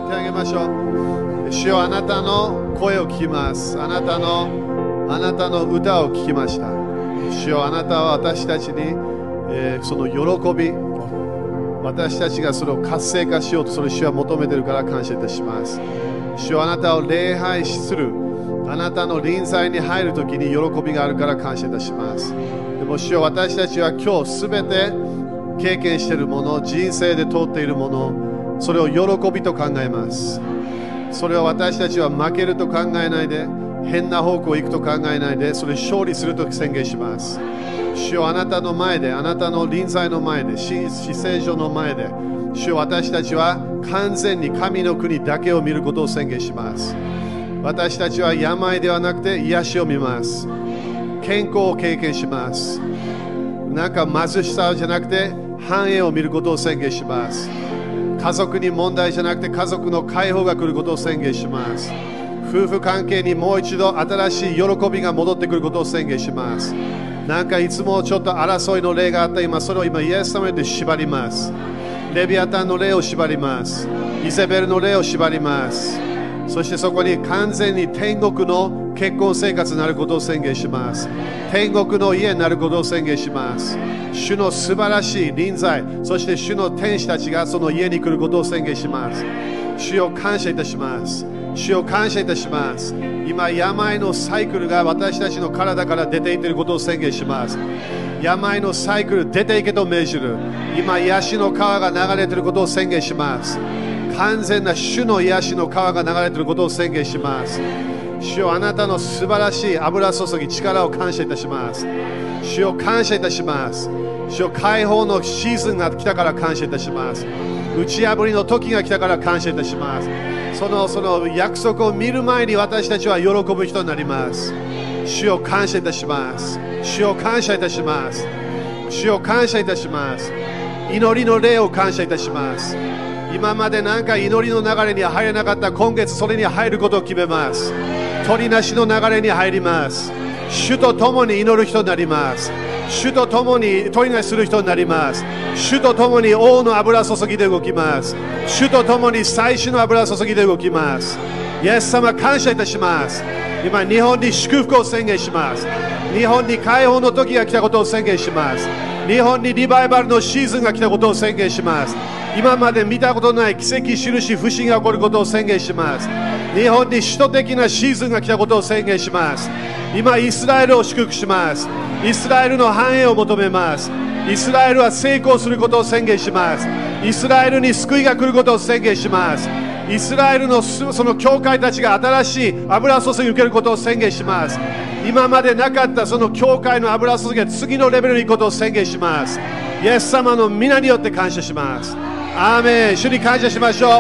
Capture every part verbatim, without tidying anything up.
手を挙げましょう。主よ、あなたの声を聞きます。あなたのあなたの歌を聞きました。主よ、あなたは私たちに、えー、その喜び、私たちがそれを活性化しようとそれ主は求めているから感謝いたします。主よ、あなたを礼拝する、あなたの臨在に入るときに喜びがあるから感謝いたします。でも主よ、私たちは今日すべて経験しているもの、人生で通っているもの、それを喜びと考えます。それを私たちは負けると考えないで、変な方向へ行くと考えないで、それを勝利すると宣言します。主よ、あなたの前で、あなたの臨在の前で、死聖所の前で、主よ、私たちは完全に神の国だけを見ることを宣言します。私たちは病ではなくて癒しを見ます。健康を経験します。なんか貧しさじゃなくて繁栄を見ることを宣言します。家族に問題じゃなくて家族の解放が来ることを宣言します。夫婦関係にもう一度新しい喜びが戻ってくることを宣言します。なんかいつもちょっと争いの霊があった今、それを今イエス様で縛ります。レビアタンの霊を縛ります。イゼベルの霊を縛ります。そしてそこに完全に天国の結婚生活になることを宣言します。天国の家になることを宣言します。主の素晴らしい臨在、そして主の天使たちがその家に来ることを宣言します。主を感謝いたします。主を感謝いたします。今、病のサイクルが私たちの体から出ていっていることを宣言します。病のサイクル出ていけと命じる。今、癒しの川が流れていることを宣言します。完全な主の癒しの川が流れていることを宣言します。主よ、あなたの素晴らしい油注ぎ、力を感謝いたします。主を感謝いたします。主よ、解放のシーズンが来たから感謝いたします。打ち破りの時が来たから感謝いたします。そのその約束を見る前に私たちは喜ぶ人になります。主を感謝いたします。主を感謝いたします。主を感謝いたします。祈りの霊を感謝いたします。今までなんか祈りの流れに入れなかった今月それに入ることを決めます。取りなしの流れに入ります。主と共に祈る人になります。主と共に取りなしする人になります。主と共に王の油注ぎで動きます。主と共に最初の油注ぎで動きます。イエス様感謝いたします。今日本に祝福を宣言します。日本に解放の時が来たことを宣言します。日本にリバイバルのシーズンが来たことを宣言します。今まで見たことない奇跡、印、不思議が起こることを宣言します。日本に首都的なシーズンが来たことを宣言します。今、イスラエルを祝福します。イスラエルの繁栄を求めます。イスラエルは成功することを宣言します。イスラエルに救いが来ることを宣言します。イスラエルのその教会たちが新しい油注ぎを受けることを宣言します。今までなかったその教会の油注ぎが次のレベルに行くことを宣言します。イエス様の皆によって感謝します。アーメン。主に感謝しましょう。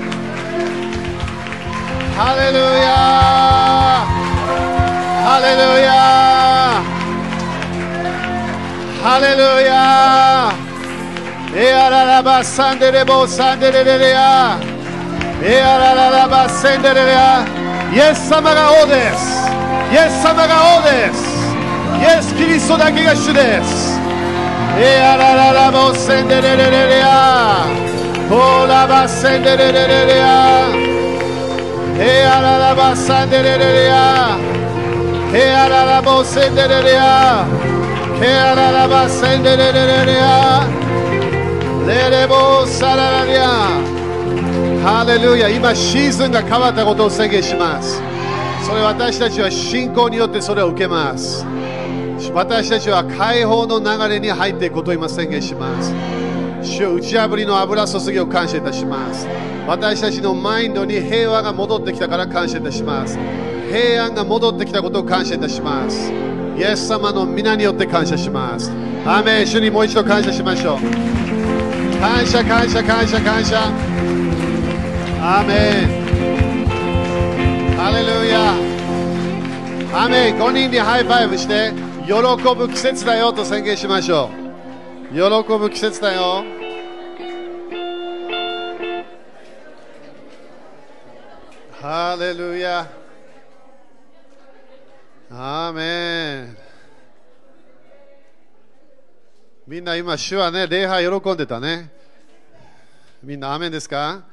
ハレルヤハレルヤハレルヤエアララバサンデレボサンデレレレヤエアラララバセンデレレヤイエス様が王です。イエス様が王です。イエス・キリストだけが主です。エアラララボセンデレレレレヤオラバセンデレレレレヤエアララバサンデレレレヤエアララボセンデレレヤエアララバセンデレレレレヤレレボサララリアハレルヤ。今シーズンが変わったことを宣言します。それ私たちは信仰によってそれを受けます。私たちは解放の流れに入っていくことを今宣言します。主を打ち破りの油注ぎを感謝いたします。私たちのマインドに平和が戻ってきたから感謝いたします。平安が戻ってきたことを感謝いたします。イエス様の皆によって感謝します。アーメン。主にもう一度感謝しましょう。感謝感謝感謝感謝。アーメン。ハレルヤ。アーメン。ごにんにハイファイブして喜ぶ季節だよと宣言しましょう。喜ぶ季節だよ。ハレルヤ。アーメン。みんな今主はね、礼拝喜んでたね。みんなアーメンですか？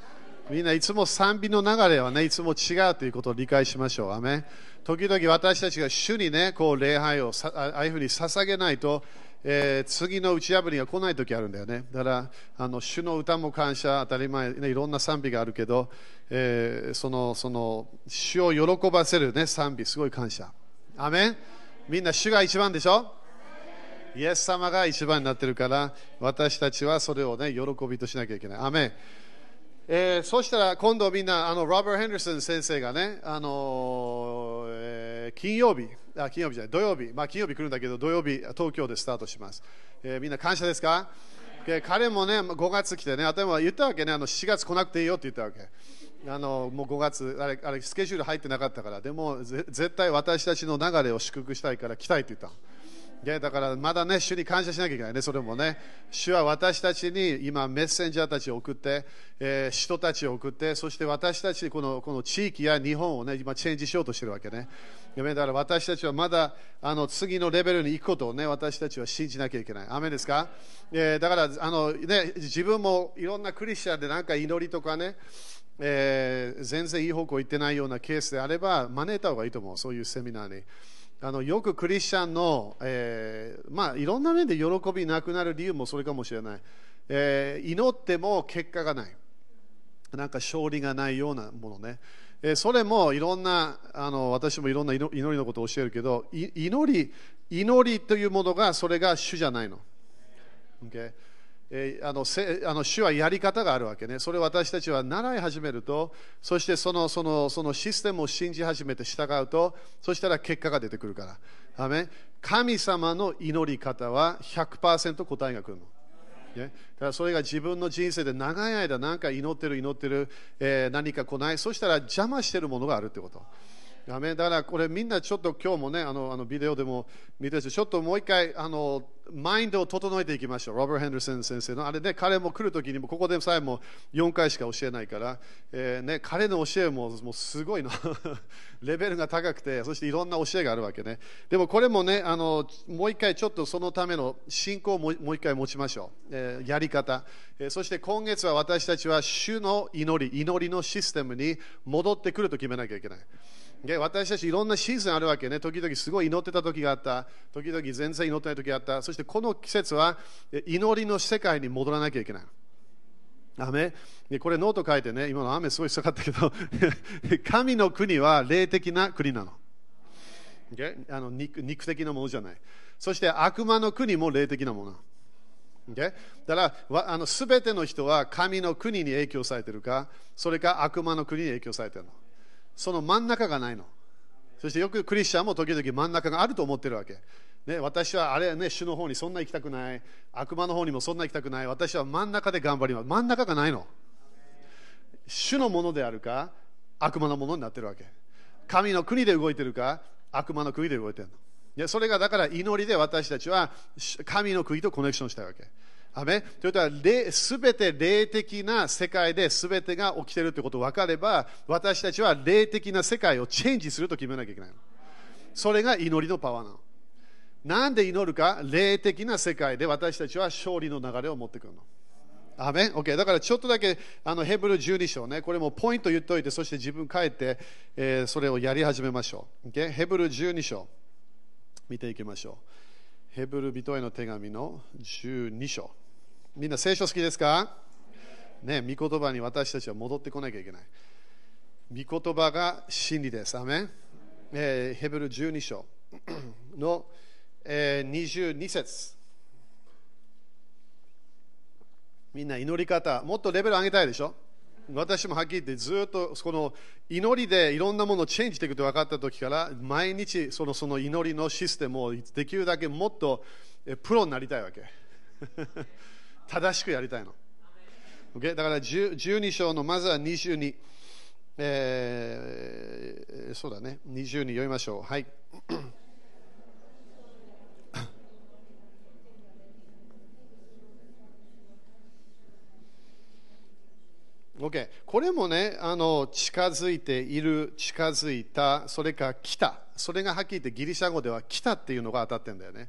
みんないつも賛美の流れはね、いつも違うということを理解しましょう。アメン。時々私たちが主にね、こう礼拝をさああいうふうに捧げないと、えー、次の打ち破りが来ない時あるんだよね。だからあの主の歌も感謝、当たり前、ね、いろんな賛美があるけど、えー、そのその主を喜ばせる、ね、賛美、すごい感謝。アメン。みんな主が一番でしょ。イエス様が一番になってるから、私たちはそれを、ね、喜びとしなきゃいけない。アメン。えー、そしたら今度みんなあのロバート・ヘンダーソン先生がね、あのーえー、金曜日あ金曜日じゃない土曜日、まあ、金曜日来るんだけど土曜日東京でスタートします、えー、みんな感謝ですか、えー、彼もねごがつ来てね、頭は言ったわけね、あのしがつ来なくていいよって言ったわけ。あのもうごがつあれあれスケジュール入ってなかったから、でもぜ絶対私たちの流れを祝福したいから来たいって言った。だからまだね、主に感謝しなきゃいけないね、それもね。主は私たちに今、メッセンジャーたちを送って、えー、人たちを送って、そして私たちこの、この地域や日本をね、今、チェンジしようとしてるわけね。だから私たちはまだあの次のレベルに行くことをね、私たちは信じなきゃいけない。アメですか、えー、だからあの、ね、自分もいろんなクリスチャンでなんか祈りとかね、えー、全然いい方向行ってないようなケースであれば、招いた方がいいと思う、そういうセミナーに。あのよくクリスチャンの、えーまあ、いろんな面で喜びなくなる理由もそれかもしれない、えー、祈っても結果がない、なんか勝利がないようなものね、えー、それもいろんなあの私もいろんな祈りのことを教えるけど、祈り祈りというものがそれが主じゃないの、okay？えー、あのせあの主はやり方があるわけね。それを私たちは習い始めると、そしてそのそのそのシステムを信じ始めて従うと、そしたら結果が出てくるから。アメン。神様の祈り方は ひゃくパーセント 答えが来るの。ね、だからそれが自分の人生で長い間何か祈ってる祈ってる、えー、何か来ない、そしたら邪魔してるものがあるってこと。アメン。だからこれみんなちょっと今日もね、あのあのビデオでも見てるし、ちょっともう一回あのマインドを整えていきましょう。ロバート・ヘンダーソン先生のあれね、彼も来るときにもここでさえもよんかいしか教えないから、えーね、彼の教えももうすごいのレベルが高くて、そしていろんな教えがあるわけね。でもこれもね、あのもう一回ちょっとそのための信仰をもう一回持ちましょう、えー、やり方、えー、そして今月は私たちは主の祈り祈りのシステムに戻ってくると決めなきゃいけない。で私たちいろんなシーズンあるわけね。時々すごい祈ってた時があった。時々全然祈ってない時があった。そしてこの季節は祈りの世界に戻らなきゃいけない。雨でこれノート書いてね、今の雨すごい下がったけど神の国は霊的な国なの。Okay？ あの 肉, 肉的なものじゃない。そして悪魔の国も霊的なもの。Okay？ だからあの全ての人は神の国に影響されているか、それか悪魔の国に影響されているの。その真ん中がないの。そしてよくクリスチャンも時々真ん中があると思ってるわけ。ね、私はあれね、主の方にそんな行きたくない。悪魔の方にもそんな行きたくない。私は真ん中で頑張ります。真ん中がないの。主のものであるか、悪魔のものになってるわけ。神の国で動いてるか、悪魔の国で動いてるの。でそれがだから祈りで私たちは神の国とコネクションしたいわけ。アメン。ということは、すべて霊的な世界で全てが起きているということが分かれば、私たちは霊的な世界をチェンジすると決めなきゃいけないの。それが祈りのパワーなの。なんで祈るか、霊的な世界で私たちは勝利の流れを持ってくるの。アメン。OK。だからちょっとだけあのヘブルじゅうに章ね、これもポイント言っておいて、そして自分帰って、えー、それをやり始めましょう。OK。ヘブルじゅうに章、見ていきましょう。ヘブル人への手紙のじゅうに章。みんな聖書好きですかね。御言葉に私たちは戻ってこなきゃいけない。御言葉が真理です。アメン。えー、ヘブルじゅうに章の、えー、にじゅうに節。みんな祈り方、もっとレベル上げたいでしょ。私もはっきり言ってずっとこの祈りでいろんなものをチェンジしていくと分かった時から毎日そのその祈りのシステムをできるだけもっとプロになりたいわけ正しくやりたいの、okay？ だからじゅうに章のまずはにじゅうに、えー、そうだね、にじゅうに読みましょう。はいOkay、これもね、あの近づいている、近づいた、それから来た、それがはっきり言ってギリシャ語では来たっていうのが当たってるんだよね。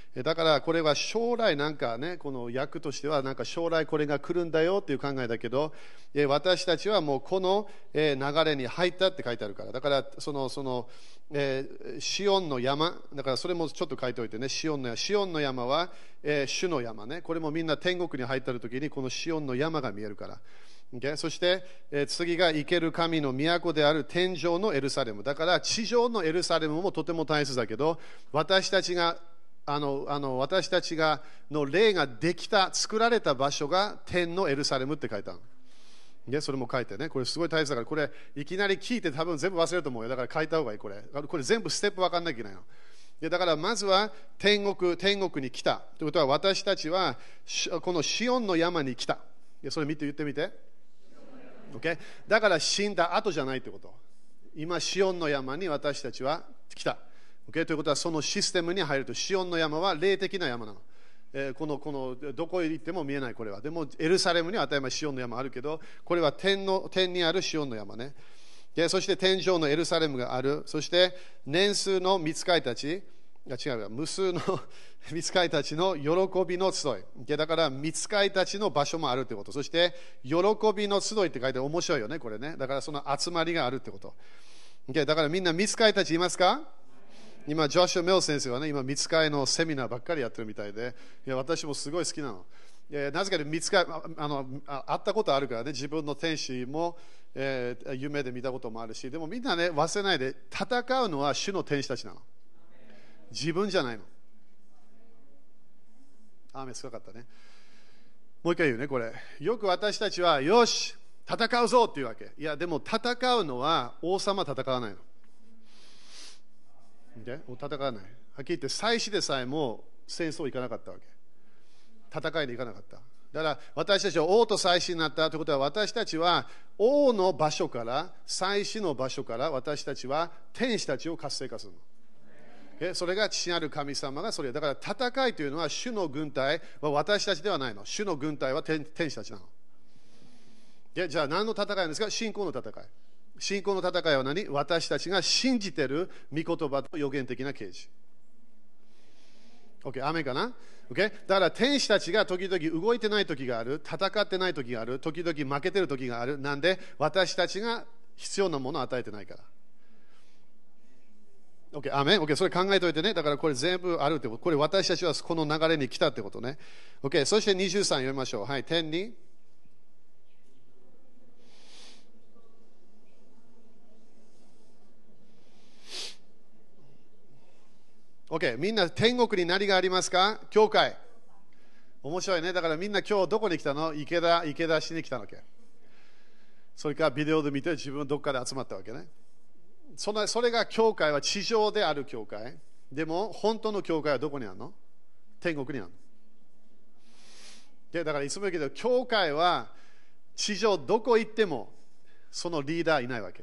だからこれは将来なんかね、この訳としてはなんか将来これが来るんだよっていう考えだけど、私たちはもうこの流れに入ったって書いてあるから。だからその、その、えー、シオンの山、だからそれもちょっと書いておいてね、シオンの山、シオンの山は、えー、主の山ね。これもみんな天国に入った時にこのシオンの山が見えるから。Okay? そして、えー、次が生ける神の都である天上のエルサレム。だから地上のエルサレムもとても大切だけど、私たちがあのあの私たちがの霊ができた、作られた場所が天のエルサレムって書いてある。でそれも書いてね、これすごい大切だから、これいきなり聞いて多分全部忘れると思うよ。だから書いた方がいい、これ。これ全部ステップ分かんなきゃいけないの。でだからまずは天国、天国に来た。ということは私たちはこのシオンの山に来た。でそれ見て言ってみて。Okay? だから死んだ後じゃないってこと。今、シオンの山に私たちは来た。Okay? ということは、そのシステムに入ると、シオンの山は霊的な山なの。えー、このこのどこへ行っても見えない、これは。でも、エルサレムには当たり前シオンの山あるけど、これは天の天にあるシオンの山ね。でそして天上のエルサレムがある。そして、年数の御使いたち。違う無数の御使いたちの喜びの集い。だから御使いたちの場所もあるってこと。そして喜びの集いって書いて面白いよね、これね。だからその集まりがあるってこと。だからみんな御使いたちいますか？今、ジョシュ・メル先生はね、今、御使いのセミナーばっかりやってるみたいで、いや私もすごい好きなの。いやなぜか御使いあのあ、会ったことあるからね、自分の天使も、えー、夢で見たこともあるし、でもみんなね、忘れないで、戦うのは主の天使たちなの。自分じゃないの。雨すごかったね。もう一回言うね、これ。よく私たちは、よし、戦うぞっていうわけ。いや、でも戦うのは王様戦わないの。で戦わない。はっきり言って、祭司でさえも戦争行かなかったわけ。戦いに行かなかった。だから私たちは王と祭司になったということは、私たちは王の場所から、祭司の場所から、私たちは天使たちを活性化するの。それが父なる神様がそれだから戦いというのは主の軍隊は私たちではないの。主の軍隊は 天, 天使たちなの。でじゃあ何の戦いなんですか？信仰の戦い。信仰の戦いは何？私たちが信じている御言葉と予言的な啓示。OK、アメンかな？ OK、だから天使たちが時々動いてない時がある、戦ってない時がある、時々負けてる時がある。なんで私たちが必要なものを与えてないから。OK、アメン。OK、それ考えておいてね。だからこれ全部あるってこと。これ私たちはこの流れに来たってことね。OK、そしてにじゅうさん読みましょう。はい、天に。OK、みんな天国に何がありますか？教会。面白いね。だからみんな今日どこに来たの？池田、池田しに来たわけ。それからビデオで見て自分どっかで集まったわけね。そのそれが教会は地上である教会。でも本当の教会はどこにあるの？天国にあるの。でだからいつも言うけど、教会は地上どこ行ってもそのリーダーいないわけ。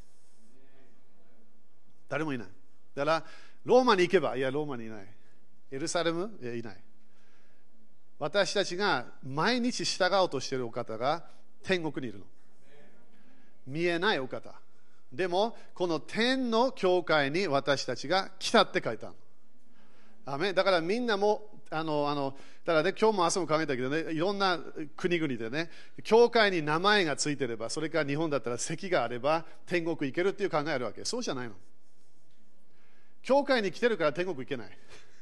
誰もいない。だからローマに行けば、いやローマにいない。エルサレム、いやいない。私たちが毎日従おうとしているお方が天国にいるの。見えないお方。でもこの天の教会に私たちが来たって書いてあるの。アメン。だからみんなもあのあのだからね、今日も朝も考えたけどね、いろんな国々でね、教会に名前がついてれば、それから日本だったら席があれば天国行けるっていう考えあるわけ。そうじゃないの。教会に来てるから天国行けない。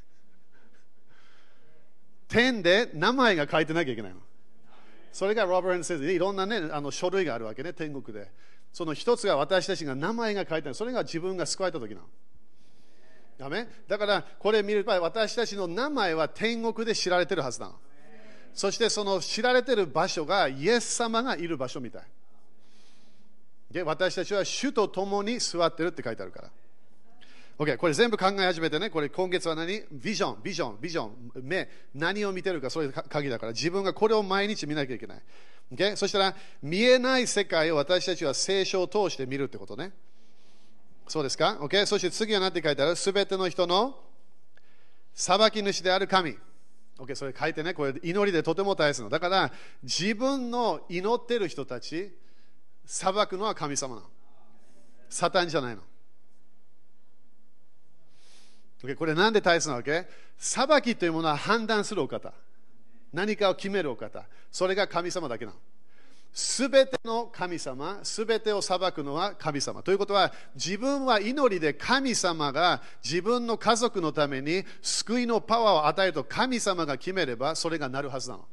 天で名前が書いてなきゃいけないの。それがロバート先生、いろんなね、あの書類があるわけね、天国で。その一つが私たちが名前が書いてある。それが自分が救われた時なの。ダメ？だからこれ見る場合、私たちの名前は天国で知られてるはずなの。そしてその知られてる場所がイエス様がいる場所みたい。で、私たちは主と共に座ってるって書いてあるから。OK、これ全部考え始めてね、これ今月は何？ビジョン、ビジョン、ビジョン、目、何を見てるか、それが鍵だから、自分がこれを毎日見なきゃいけない。Okay? そしたら、見えない世界を私たちは聖書を通して見るってことね。そうですか？ OK、そして次は何て書いてある？すべての人の裁き主である神。OK、それ書いてね、これ祈りでとても大切なの。だから、自分の祈ってる人たち、裁くのは神様なの。サタンじゃないの。 これなんで大切なわけ？裁きというものは判断するお方。何かを決めるお方。それが神様だけなの。すべての神様、すべてを裁くのは神様。ということは、自分は祈りで神様が自分の家族のために救いのパワーを与えると神様が決めれば、それがなるはずなの。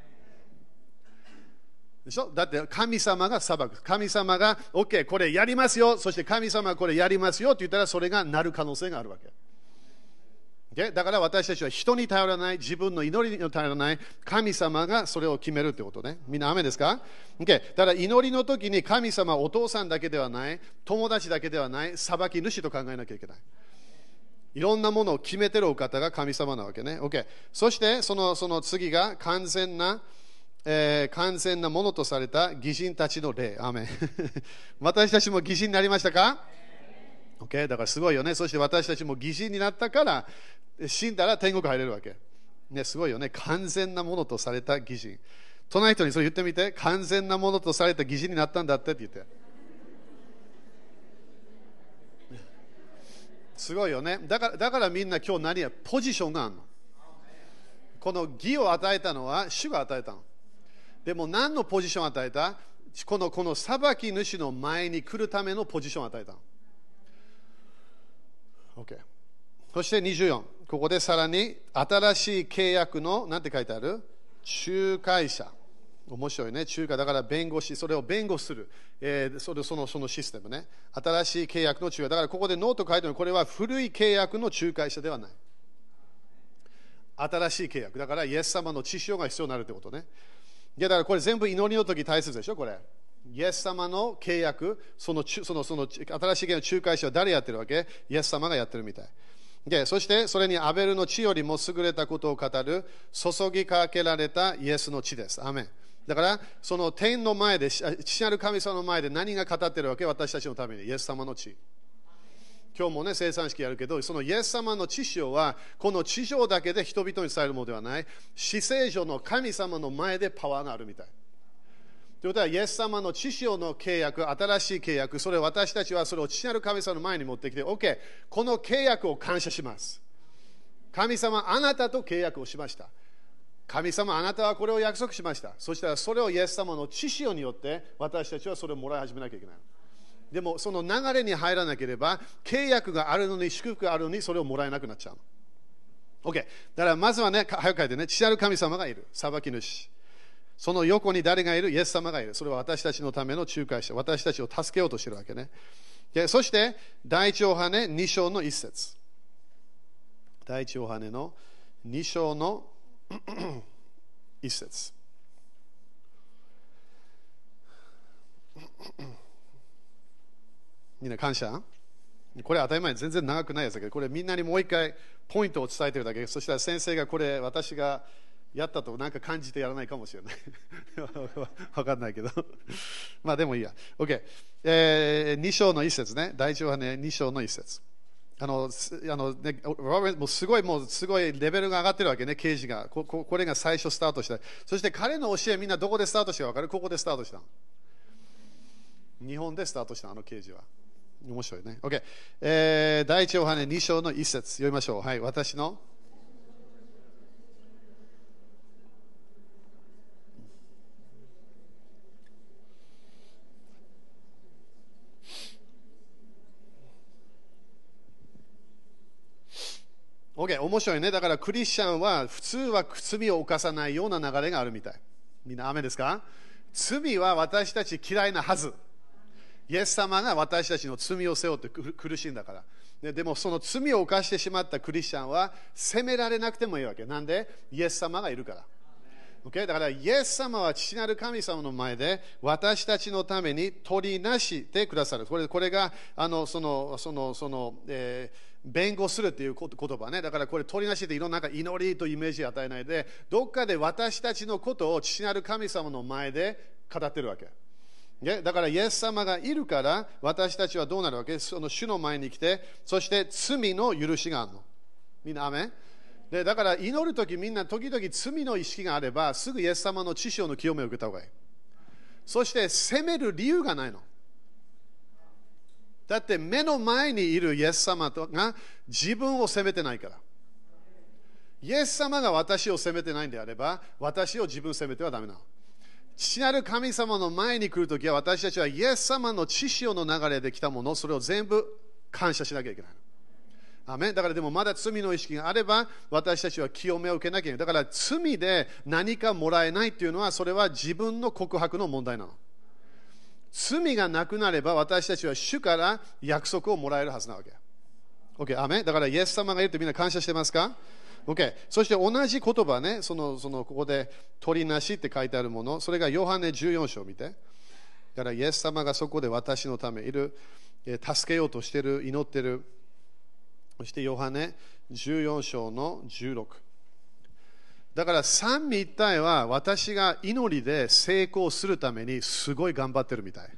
でしょ？だって神様が裁く。神様が OK、これやりますよ。そして神様がこれやりますよって言ったら、それがなる可能性があるわけ。だから私たちは人に頼らない、自分の祈りに頼らない、神様がそれを決めるということね。みんな雨ですか？ OK。だから祈りの時に神様はお父さんだけではない、友達だけではない、裁き主と考えなきゃいけない。いろんなものを決めてるお方が神様なわけね。OK。そしてその、その次が完全な、えー、完全なものとされた義人たちの霊。アーメン。私たちも義人になりましたか？ OK。だからすごいよね。そして私たちも義人になったから、死んだら天国入れるわけ。ね、すごいよね。完全なものとされた義人。隣の人にそれ言ってみて。完全なものとされた義人になったんだってって言って。すごいよね。だから、だからみんな今日何や、ポジションがあるの。この義を与えたのは主が与えたの。でも何のポジションを与えた？この、この裁き主の前に来るためのポジションを与えたの。OK。そしてにじゅうよん。ここでさらに新しい契約の何て書いてある？仲介者。面白いね。仲介だから弁護士、それを弁護する、えー、それそのそのシステムね。新しい契約の仲介。だからここでノート書いてあるこれは古い契約の仲介者ではない。新しい契約。だからイエス様の血潮が必要になるということね。いやだからこれ全部祈りの時大切でしょこれ。イエス様の契約、そのそのその新しい契約の仲介者は誰やってるわけ？イエス様がやってるみたい。でそしてそれにアベルの血よりも優れたことを語る注ぎかけられたイエスの血です。アーメン。だからその天の前で父なる神様の前で何が語ってるわけ？私たちのためにイエス様の血。今日もね生産式やるけど、そのイエス様の血潮はこの地上だけで人々に伝えるものではない、至聖所の神様の前でパワーがあるみたい。ということは、イエス様の血潮の契約、新しい契約、それを私たちはそれを父なる神様の前に持ってきて、OK、この契約を感謝します。神様、あなたと契約をしました。神様、あなたはこれを約束しました。そしたら、それをイエス様の血潮によって、私たちはそれをもらい始めなきゃいけない。でも、その流れに入らなければ、契約があるのに、祝福があるのに、それをもらえなくなっちゃうの。OK。だから、まずはね、早く書いてね、父なる神様がいる。裁き主。その横に誰がいる？イエス様がいる。それは私たちのための仲介者。私たちを助けようとしているわけね。でそして、第一ヨハネに章の一節。第一ヨハネのに章の一節。みんな感謝？これ当たり前、全然長くないやつだけど、これみんなにもう一回ポイントを伝えてるだけ。そしたら先生がこれ、私がやったとなんか感じてやらないかもしれない。わかんないけど。まあでもいいや。OK。えー、に章の一節ね。第一ヨハネに章の一節。あの、あのね、もうすごい、もうすごいレベルが上がってるわけね、刑事が。こ, こ, これが最初スタートした。そして彼の教えみんなどこでスタートしたかわかる？ここでスタートした。日本でスタートした、あの刑事は。面白いね。OK。えー、第一ヨハネに章の一節。読みましょう。はい。私のOK、面白いね。だからクリスチャンは普通は罪を犯さないような流れがあるみたい。みんな雨ですか？罪は私たち嫌いなはず。イエス様が私たちの罪を背負って苦しいんだから。で, でもその罪を犯してしまったクリスチャンは責められなくてもいいわけ。なんで？イエス様がいるから。Okay? だからイエス様は父なる神様の前で私たちのために取りなしてくださる。これ, これがあのそのそのその、えー弁護するという言葉ね。だからこれ取りなしでいろんな祈りというイメージを与えないで、どっかで私たちのことを父なる神様の前で語ってるわけ。だからイエス様がいるから私たちはどうなるわけ？その主の前に来て、そして罪の許しがあるの。みんなアメン？でだから祈るときみんな時々罪の意識があればすぐイエス様の血潮の清めを受けた方がいい。そして責める理由がないの。 だって目の前にいるイエス様が自分を責めてないから。イエス様が私を責めてないんであれば、私を自分を責めてはダメなの。父なる神様の前に来るときは、私たちはイエス様の血潮の流れで来たもの、それを全部感謝しなきゃいけないの。アメン。だからでもまだ罪の意識があれば、私たちは清めを受けなきゃいけない。だから罪で何かもらえないっていうのは、それは自分の告白の問題なの。罪がなくなれば、私たちは主から約束をもらえるはずなわけ。OK、アメン。だからイエス様がいるとみんな感謝してますか？ OK。そして同じ言葉ね、その、その、ここで取りなしって書いてあるもの、それがヨハネじゅうよん章を見て。だからイエス様がそこで私のためいる、助けようとしてる、祈ってる。そしてヨハネじゅうよん章のじゅうろく。だから三位一体は私が祈りで成功するためにすごい頑張ってるみたい。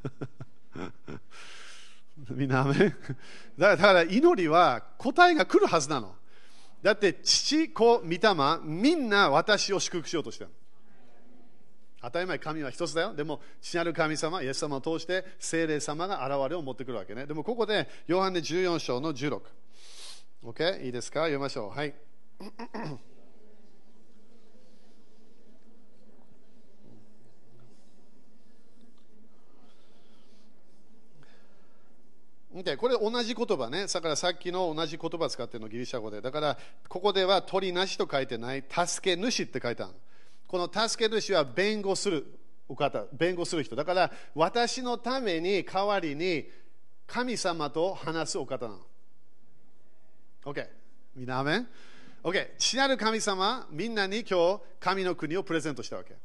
みんなアメン。だから祈りは答えが来るはずなの。だって父、子、御霊、みんな私を祝福しようとしてる。当たり前、神は一つだよ。でも、父なる神様、イエス様を通して聖霊様が現れを持ってくるわけね。でも、ここでヨハネじゅうよん章のじゅうろく。OK? いいですか？読みましょう。はい。Okay、これ同じ言葉ね。だからさっきの同じ言葉使ってるの、ギリシャ語で。だから、ここでは取りなしと書いてない、助け主って書いてある。この助け主は弁護するお方、弁護する人。だから、私のために代わりに神様と話すお方なの。OK。みんなアメン？ OK。父なる神様、みんなに今日、神の国をプレゼントしたわけ。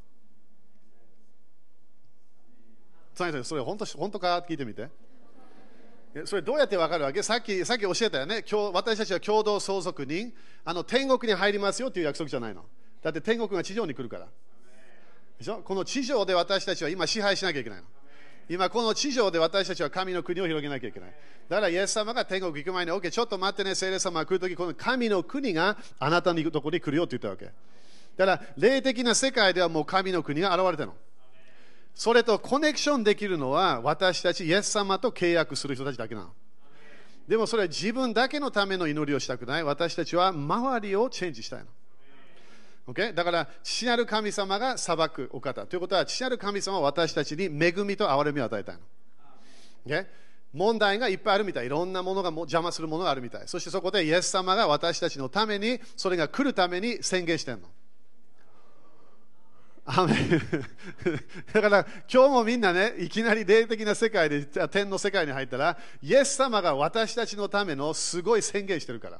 それ本当、本当かって聞いてみて。それどうやって分かるわけ？さっき、さっき教えたよね。今日私たちは共同相続人、あの天国に入りますよという約束じゃないの。だって天国が地上に来るから。でしょ？この地上で私たちは今支配しなきゃいけないの。今この地上で私たちは神の国を広げなきゃいけない。だからイエス様が天国行く前に、OK、ちょっと待ってね、聖霊様が来るとき、この神の国があなたのところに来るよって言ったわけ。だから霊的な世界ではもう神の国が現れたの。それとコネクションできるのは私たちイエス様と契約する人たちだけなの。でもそれは自分だけのための祈りをしたくない。私たちは周りをチェンジしたいの。Okay? だから父なる神様が裁くお方ということは、父なる神様は私たちに恵みと憐れみを与えたいの。Okay? 問題がいっぱいあるみたい。いろんなものが邪魔するものがあるみたい。そしてそこでイエス様が私たちのために、それが来るために宣言してるの。アメン。だから今日もみんなね、いきなり霊的な世界で天の世界に入ったら、イエス様が私たちのためのすごい宣言してるから。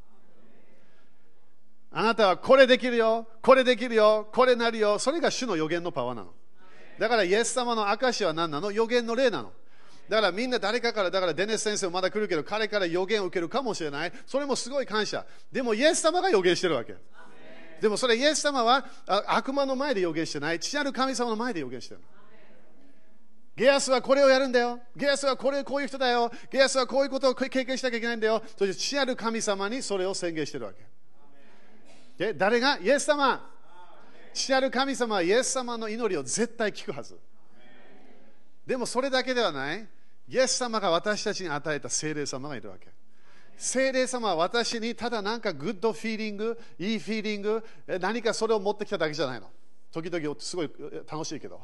あなたはこれできるよ、これできるよ、これなるよ。それが主の予言のパワーなの。だからイエス様の証は何なの？予言の霊なの。だからみんな誰かから、だからデネス先生もまだ来るけど、彼から予言を受けるかもしれない。それもすごい感謝。でもイエス様が予言してるわけ。でもそれイエス様は悪魔の前で予言してない。父なる神様の前で予言してる。ゲアスはこれをやるんだよ。ゲアスはこれこういう人だよ。ゲアスはこういうことを経験しなきゃいけないんだよ。そして父なる神様にそれを宣言してるわけ。で、誰が？イエス様。父なる神様はイエス様の祈りを絶対聞くはず。でもそれだけではない。イエス様が私たちに与えた聖霊様がいるわけ。聖霊様は私にただなんかグッドフィーリング、いいフィーリング、何かそれを持ってきただけじゃないの。時々すごい楽しいけど。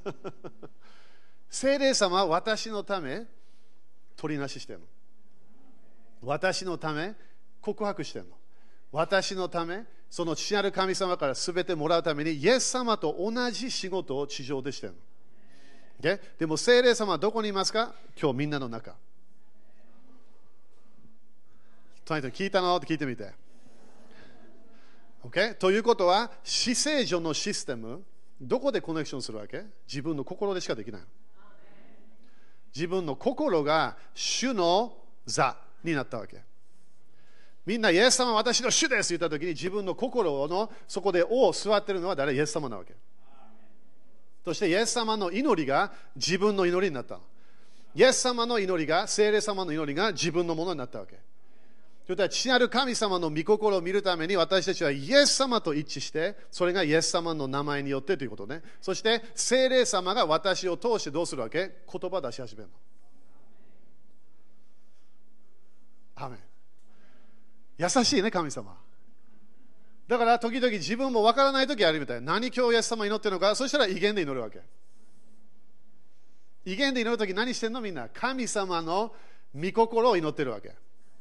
聖霊様は私のため取りなししてるの。私のため告白してるの。私のためその父なる神様から全てもらうためにイエス様と同じ仕事を地上でしてるの。で, でも聖霊様はどこにいますか？今日みんなの中。聞いたのって聞いてみて。Okay? ということは、死聖所のシステム、どこでコネクションするわけ？自分の心でしかできない。自分の心が主の座になったわけ。みんな、イエス様は私の主ですと言ったときに、自分の心のそこで王座ってるのは誰？イエス様なわけ。そしてイエス様の祈りが自分の祈りになったの。イエス様の祈りが、聖霊様の祈りが自分のものになったわけ。ということは、父なる神様の御心を見るために私たちはイエス様と一致して、それがイエス様の名前によってということね。そして聖霊様が私を通してどうするわけ？言葉を出し始めるの。 アメン。優しいね、神様。だから時々自分もわからない時あるみたい。何今日イエス様祈ってるのか、そしたら威厳で祈るわけ。威厳で祈る時何してんのみんな。神様の御心を祈ってるわけ。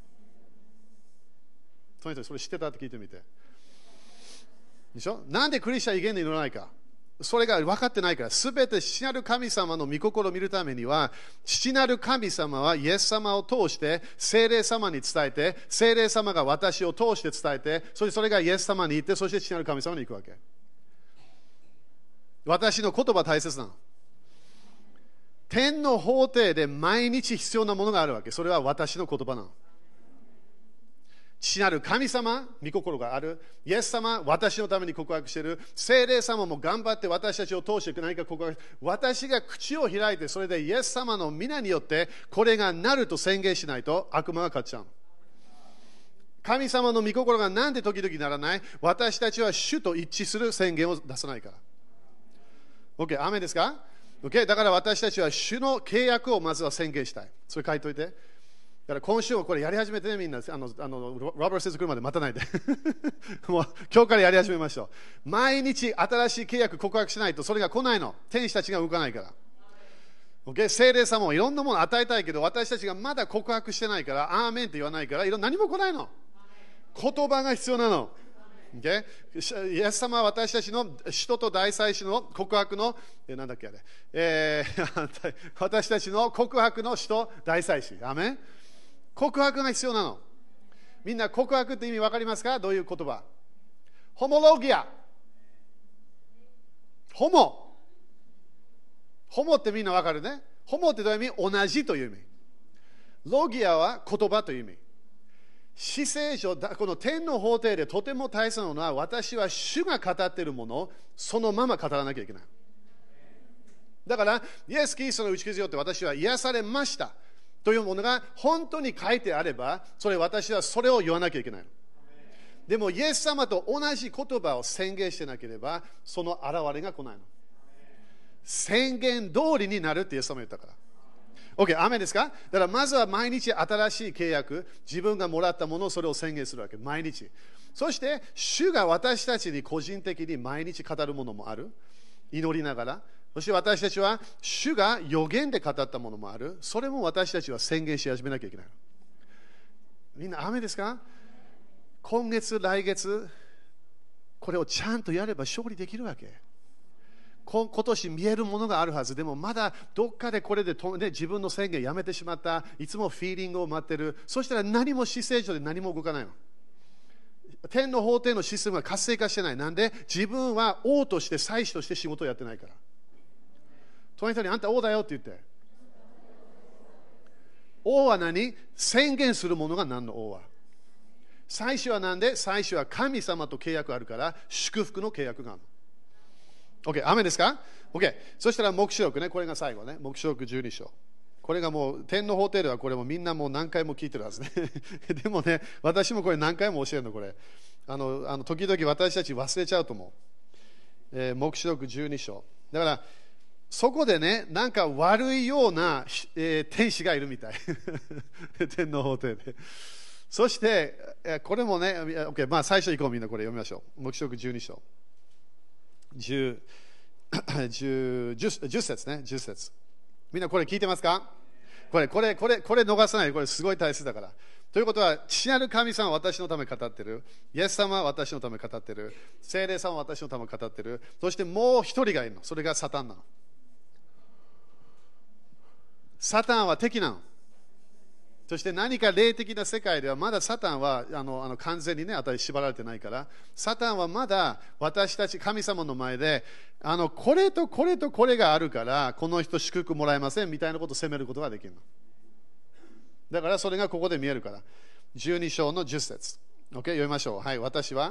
とにかくそれ知ってたって聞いてみて。でしょ？なんでクリスチャン威厳で祈らないか。それが分かってないから。すべて父なる神様の御心を見るためには、父なる神様はイエス様を通して聖霊様に伝えて、聖霊様が私を通して伝えて、そしてそれがイエス様に行って、そして父なる神様に行くわけ。私の言葉大切なの。天の法廷で毎日必要なものがあるわけ。それは私の言葉なの。父なる神様、御心がある。イエス様、私のために告白している。聖霊様も頑張って私たちを通して何か告白。私が口を開いて、それでイエス様の皆によって、これがなると宣言しないと悪魔が勝っちゃう。神様の御心がなんで時々ならない？私たちは主と一致する宣言を出さないから。OK、アメンですか？ OK、だから私たちは主の契約をまずは宣言したい。それ書いといて。だから今週もこれやり始めてね、みんな。あの、あのロバート先生来るまで待たないで。もう今日からやり始めましょう。毎日新しい契約告白しないとそれが来ないの。天使たちが動かないから。Okay? 聖霊様もいろんなものを与えたいけど、私たちがまだ告白してないから、アーメンって言わないから、いろんな何も来ないの。言葉が必要なの。Okay? イエス様は私たちの使徒と大祭司の告白の、えなんだっけあれ、えー、私たちの告白の使徒大祭司。アーメン。告白が必要なの。みんな告白って意味わかりますか？どういう言葉？ホモロギア。ホモ。ホモってみんなわかるね。ホモってどういう意味？同じという意味。ロギアは言葉という意味。至聖書、この天の法廷でとても大切なのは、私は主が語っているものをそのまま語らなきゃいけない。だから、イエス・キリストの打ち傷によって私は癒されましたというものが本当に書いてあれば、それ私はそれを言わなきゃいけないの。でも、イエス様と同じ言葉を宣言してなければ、その現れが来ないの。宣言通りになるってイエス様言ったから。OK、アーメンですか？だからまずは毎日新しい契約、自分がもらったものをそれを宣言するわけ。毎日。そして、主が私たちに個人的に毎日語るものもある。祈りながら。そして私たちは、主が予言で語ったものもある。それも私たちは宣言し始めなきゃいけない。みんな、アーメンですか？今月、来月、これをちゃんとやれば勝利できるわけ。今年見えるものがあるはず。でもまだどっかでこれで、ね、自分の宣言やめてしまった。いつもフィーリングを待ってる。そしたら何も姿勢上で何も動かないの。天の法廷のシステムが活性化してない。なんで自分は王として祭司として仕事をやってないから。隣人にあんた王だよって言って。王は何？宣言するものが何の王は。祭司は何で？祭司は神様と契約あるから祝福の契約があるの。OK、アメンですか？ OK。そしたら黙示録ね、これが最後ね。黙示録じゅうに章。これがもう、天の法廷ではこれもみんなもう何回も聞いてるはずね。でもね、私もこれ何回も教えるの、これ。あの、あの時々私たち忘れちゃうと思う。えー、黙示録じゅうに章。だから、そこでね、なんか悪いような、えー、天使がいるみたい。天の法廷で。そして、これもね、OK、まあ最初行こうみんなこれ読みましょう。黙示録じゅうに章。10, 10, 10, 10節ね、じゅっ節。みんなこれ聞いてますか？これ、これ、これ、これ逃さない。これすごい大切だから。ということは、父なる神様は私のために語ってる。イエス様は私のために語ってる。聖霊様は私のために語ってる。そしてもう一人がいるの。それがサタンなの。サタンは敵なの。そして何か霊的な世界ではまだサタンはあのあの完全にね、与え縛られてないから、サタンはまだ私たち神様の前で、あのこれとこれとこれがあるから、この人祝福もらえませんみたいなことを責めることができるの。だからそれがここで見えるから。じゅうに章のじゅっ節。OK、読みましょう。はい、私は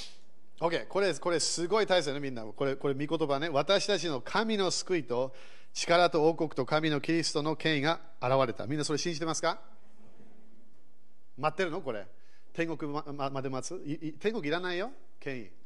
OK、これ、これすごい大切ね、みんな。これ、これ、御言葉ね。私たちの神の救いと力と王国と神のキリストの権威が現れた。みんなそれ信じてますか？待ってるのこれ。天国 ま, ま, まで待ついい天国いらないよ、権威。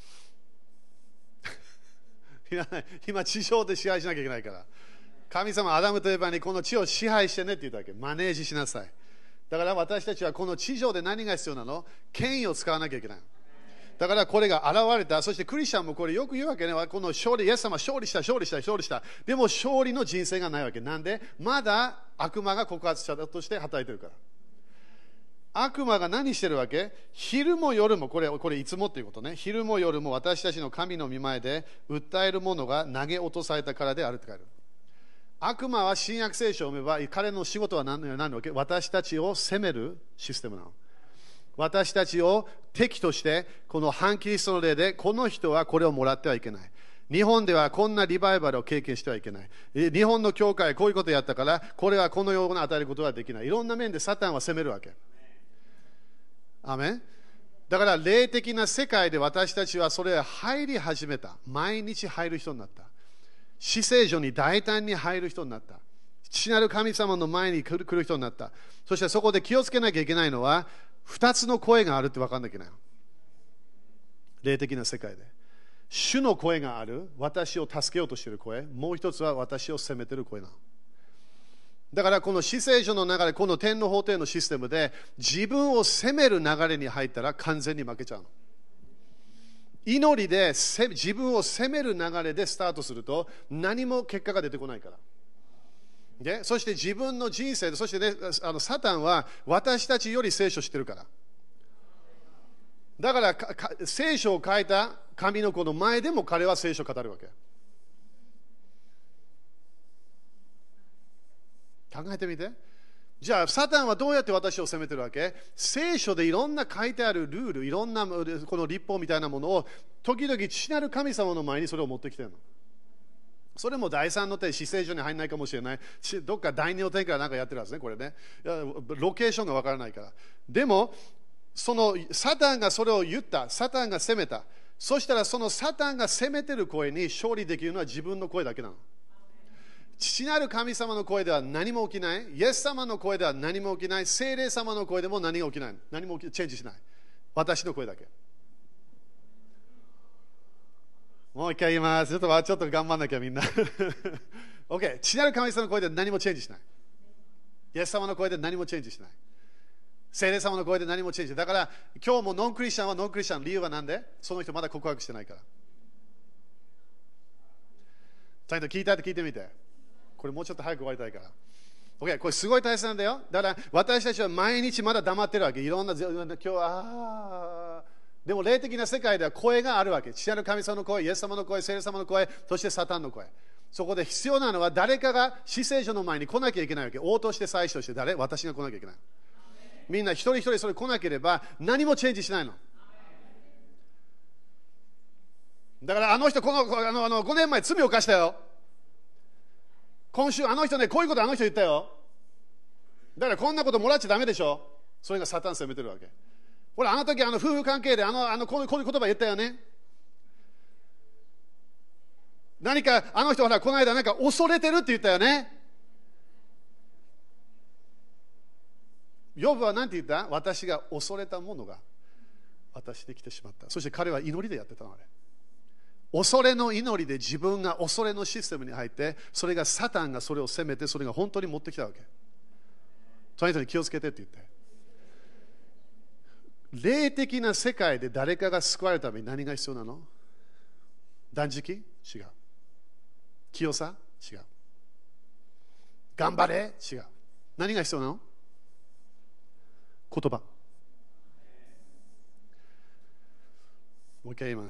いらない。今、地上で支配しなきゃいけないから。神様、アダムとエバにこの地を支配してねって言ったわけ。マネージしなさい。だから私たちはこの地上で何が必要なの？権威を使わなきゃいけない。だからこれが現れた。そしてクリスチャンもこれよく言うわけね。この勝利、イエス様勝利した、勝利した、勝利した。でも勝利の人生がないわけ。なんで？まだ悪魔が告発者として働いてるから。悪魔が何してるわけ？昼も夜も、これ、これいつもっていうことね。昼も夜も私たちの神の御前で訴えるものが投げ落とされたからであるって書いてある。悪魔は新約聖書を読めば、彼の仕事は何なの？私たちを責めるシステムなの。私たちを敵として、この反キリストの例で、この人はこれをもらってはいけない。日本ではこんなリバイバルを経験してはいけない。日本の教会はこういうことをやったから、これはこのような与えることはできない。いろんな面でサタンは責めるわけ。アメン。だから霊的な世界で私たちはそれへ入り始めた。毎日入る人になった。至聖所に大胆に入る人になった。父なる神様の前に来る人になった。そしてそこで気をつけなきゃいけないのは、二つの声があるって分かんなきゃいけない。霊的な世界で。主の声がある。私を助けようとしている声。もう一つは私を責めている声なの。だからこの至聖所の流れ、この天の法廷のシステムで自分を責める流れに入ったら完全に負けちゃうの。祈りで自分を責める流れでスタートすると何も結果が出てこないから。でそして自分の人生で、そして、ね、あのサタンは私たちより聖書を知ってるから。だからかか聖書を書いた神の子の前でも彼は聖書を語るわけ。考えてみて。じゃあサタンはどうやって私を責めてるわけ？聖書でいろんな書いてあるルール、いろんなこの律法みたいなものを時々父なる神様の前にそれを持ってきてるの。それも第三の手、至聖所に入らないかもしれない。どっか第二の手からなんかやってるはずね、これね。ロケーションがわからないから。でも、そのサタンがそれを言った、サタンが責めた。そしたらそのサタンが責めてる声に勝利できるのは自分の声だけなの。父なる神様の声では何も起きない。イエス様の声では何も起きない。聖霊様の声でも何が起きない。何もチェンジしない。私の声だけ。もう一回言います。ちょっと、ちょっと頑張んなきゃみんな。OK。父なる神様の声で何もチェンジしない。イエス様の声で何もチェンジしない。聖霊様の声で何もチェンジ。だから今日もノンクリスチャンはノンクリスチャン。理由は何で？その人まだ告白してないから。ちゃんと聞いたって聞いてみて。これもうちょっと早く終わりたいから。OK。これすごい大切なんだよ。だから私たちは毎日まだ黙ってるわけ。いろんな、今日は、あでも霊的な世界では声があるわけ。父なる神様の声、イエス様の声、聖霊様の声、そしてサタンの声。そこで必要なのは誰かが至聖所の前に来なきゃいけないわけ。応答して祭司として誰？私が来なきゃいけない。みんな一人一人それ来なければ何もチェンジしないの。だからあの人このあのあのごねんまえ罪を犯したよ。今週あの人ねこういうことあの人言ったよ。だからこんなこともらっちゃダメでしょ。それがサタン責めてるわけ。ほらあの時あの夫婦関係であのあのこういうこういう言葉言ったよね。何かあの人ほらこの間なんか恐れてるって言ったよね。ヨブは何て言った？私が恐れたものが私で来てしまった。そして彼は祈りでやってたのあれ。恐れの祈りで自分が恐れのシステムに入って、それがサタンがそれを責めて、それが本当に持ってきたわけ。その人に気をつけてって言って。霊的な世界で誰かが救われるために何が必要なの？断食？違う。清さ？違う。頑張れ？違う。何が必要なの？言葉。もう一回言います。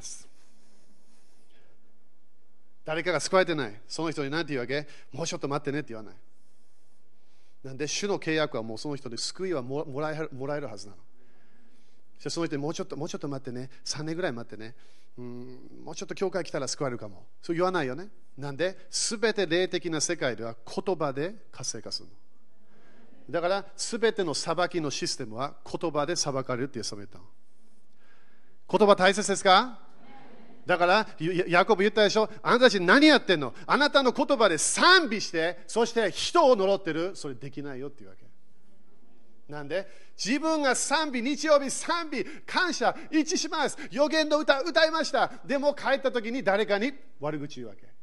誰かが救われてない。その人に何て言うわけ？もうちょっと待ってねって言わない。なんで主の契約はもうその人に救いはもらえる、もらえるはずなの。その人にもうちょっともうちょっと待ってね。さんねんぐらい待ってね。うーんもうちょっと教会来たら救われるかも。そう言わないよね。なんで全て霊的な世界では言葉で活性化するの。だから全ての裁きのシステムは言葉で裁かれるってイエス様言ったの。言葉大切ですか？ だからヤコブ言ったでしょ、あなたたち何やってんの、あなたの言葉で賛美して、そして人を呪ってる、それできないよっていうわけ。なんで自分が賛美、日曜日賛美、感謝一致します、予言の歌歌いました、でも帰った時に誰かに悪口言うわけ。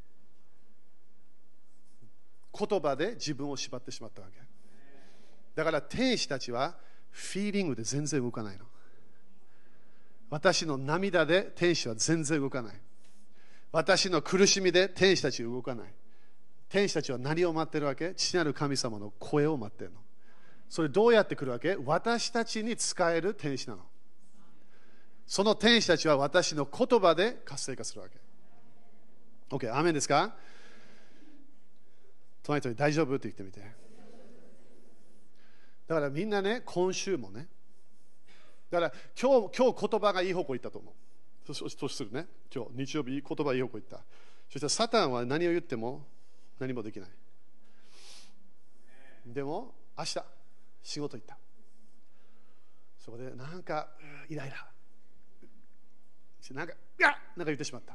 言葉で自分を縛ってしまったわけ。だから天使たちはフィーリングで全然動かないの。私の涙で天使は全然動かない。私の苦しみで天使たちは動かない。天使たちは何を待ってるわけ？父なる神様の声を待ってるの。それどうやって来るわけ？私たちに使える天使なの。その天使たちは私の言葉で活性化するわけ。 OK、 アーメンですか？隣人に大丈夫って言ってみて。だからみんなね、今週もね、だから今日、今日言葉がいい方向行ったと思う。そとするね、今日日曜日言葉いい方向行った。そしたらサタンは何を言っても何もできない。でも明日仕事行った。そこでなんかイライラ、なんかいやなんか言ってしまった。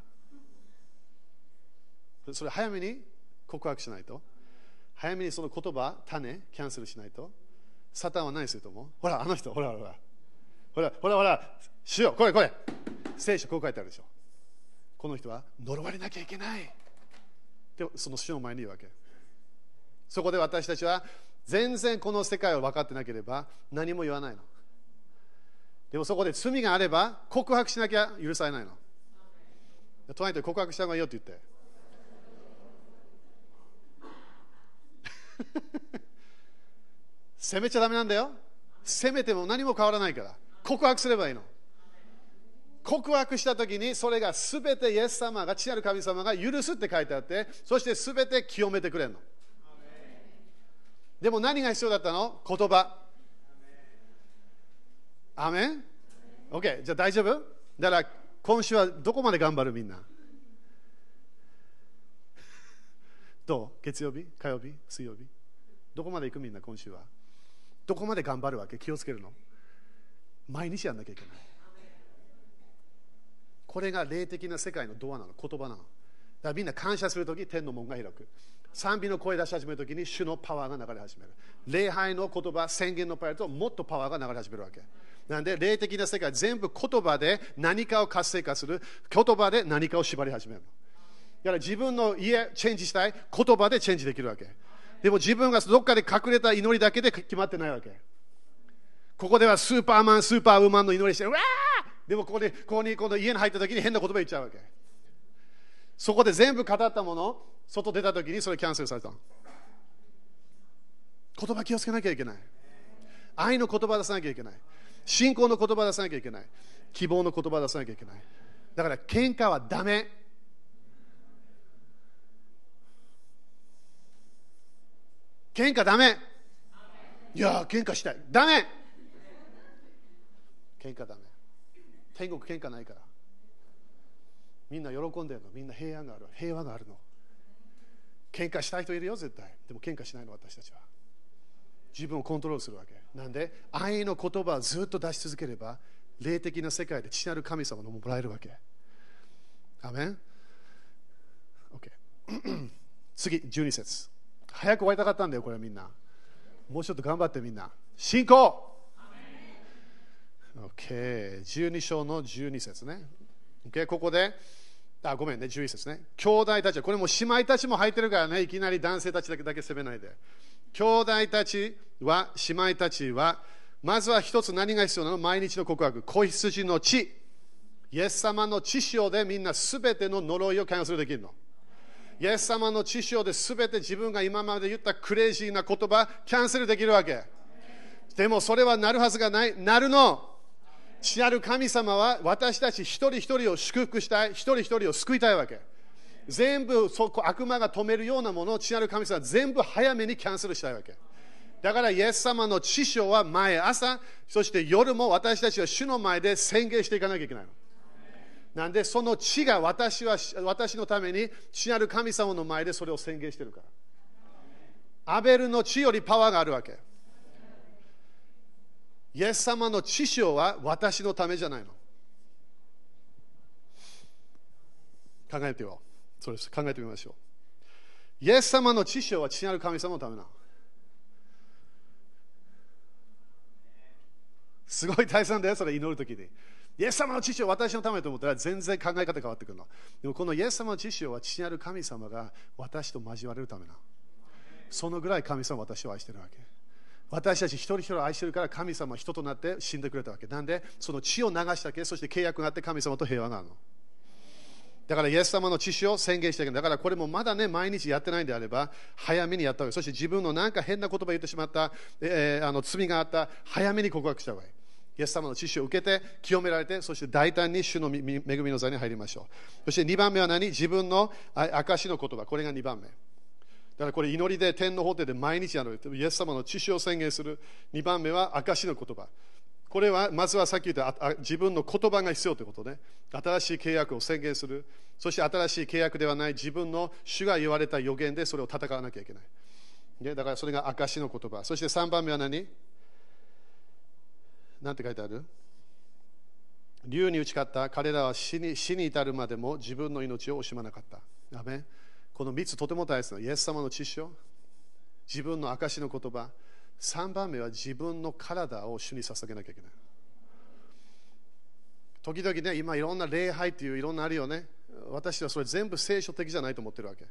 それ早めに告白しないと、早めにその言葉、種キャンセルしないと、サタンは何すると思う？ほらあの人、ほらほらほらほらほら、しよう、これこれ聖書こう書いてあるでしょ。この人は呪われなきゃいけないで、その主の前に言うわけ。そこで私たちは全然この世界を分かってなければ何も言わないの。でもそこで罪があれば告白しなきゃ許されないの。隣人に告白した方がいいよって言って責めちゃダメなんだよ。責めても何も変わらないから告白すればいいの。告白したときにそれがすべてイエス様が、父なる神様が許すって書いてあって、そしてすべて清めてくれるの。でも何が必要だったの？言葉。アーメン。 OK、 じゃあ大丈夫だから今週はどこまで頑張るみんな。どう？月曜日、火曜日、水曜日、どこまで行くみんな。今週はどこまで頑張るわけ？気をつけるの？毎日やんなきゃいけない。これが霊的な世界のドアなの、言葉なの。だからみんな感謝するとき天の門が開く。賛美の声出し始めるときに主のパワーが流れ始める。礼拝の言葉、宣言のパワーともっとパワーが流れ始めるわけ。なんで霊的な世界全部言葉で何かを活性化する、言葉で何かを縛り始めるの。だから自分の家チェンジしたい、言葉でチェンジできるわけ。でも自分がどっかで隠れた祈りだけで決まってないわけ。ここではスーパーマン、スーパーウーマンの祈りして、うわー！でもここで、ここにこの家に入った時に変な言葉言っちゃうわけ。そこで全部語ったもの、外出た時にそれキャンセルされたの。言葉気をつけなきゃいけない。愛の言葉出さなきゃいけない。信仰の言葉出さなきゃいけない。希望の言葉出さなきゃいけない。だから喧嘩はダメ。喧嘩ダメ。いやー喧嘩したい。ダメ。喧嘩ダメ。天国喧嘩ないから。みんな喜んでるの。みんな平安がある。平和があるの。喧嘩したい人いるよ絶対。でも喧嘩しないの私たちは。自分をコントロールするわけ。なんで愛の言葉をずっと出し続ければ霊的な世界で父なる神様のもらえるわけ。アメン。 OK 次じゅうに節。早く終わりたかったんだよこれみんな。もうちょっと頑張ってみんな。信仰。OK、じゅうに章のじゅうに節ね。OK、ここで、あ、ごめんね、じゅういち節ね。兄弟たちは、これもう姉妹たちも入ってるからね、いきなり男性たちだけだけ責めないで。兄弟たちは、姉妹たちは、まずは一つ何が必要なの？毎日の告白。子羊の血。イエス様の血潮でみんなすべての呪いをキャンセルできるの。イエス様の血潮ですべて自分が今まで言ったクレイジーな言葉、キャンセルできるわけ。でもそれはなるはずがない。なるの。父なる神様は私たち一人一人を祝福したい、一人一人を救いたいわけ。全部そこ悪魔が止めるようなものを父なる神様は全部早めにキャンセルしたいわけ。だからイエス様の血潮は毎朝、そして夜も私たちは主の前で宣言していかなきゃいけないの。なんでその血が私は私のために父なる神様の前でそれを宣言してるから。アベルの血よりパワーがあるわけ。イエス様の血潮は私のためじゃないの。 考えてよ。それ考えてみましょう。イエス様の知性は父なる神様のためなの。すごい大切だよ、それ祈るときに。イエス様の知性は私のためと思ったら全然考え方変わってくるの。でもこのイエス様の知性は父なる神様が私と交われるためなの。そのぐらい神様は私を愛してるわけ。私たち一人一人を愛してるから神様は人となって死んでくれたわけ。なんでその血を流したけ、そして契約があって神様と平和があるの。だからイエス様の知識を宣言していく。だからこれもまだね、毎日やってないんであれば、早めにやった方がいい。そして自分のなんか変な言葉を言ってしまった、えー、あの罪があった、早めに告白した方がいい。イエス様の知識を受けて、清められて、そして大胆に主の恵みの座に入りましょう。そしてにばんめは何？自分の証の言葉。これがにばんめ。だからこれ祈りで天の法廷で毎日やる。イエス様の知識を宣言する。にばんめは証の言葉。これはまずはさっき言った自分の言葉が必要ということね。新しい契約を宣言する。そして新しい契約ではない自分の主が言われた予言でそれを戦わなきゃいけない。だからそれが証の言葉。そしてさんばんめは何？なんて書いてある？竜に打ち勝った彼らは死に、死に至るまでも自分の命を惜しまなかった。アメン。このみっつとても大切なの。イエス様の知識を、自分の証の言葉。さんばんめは自分の体を主に捧げなきゃいけない。時々ね、今いろんな礼拝っていういろんなあるよね。私はそれ全部聖書的じゃないと思ってるわけ。だ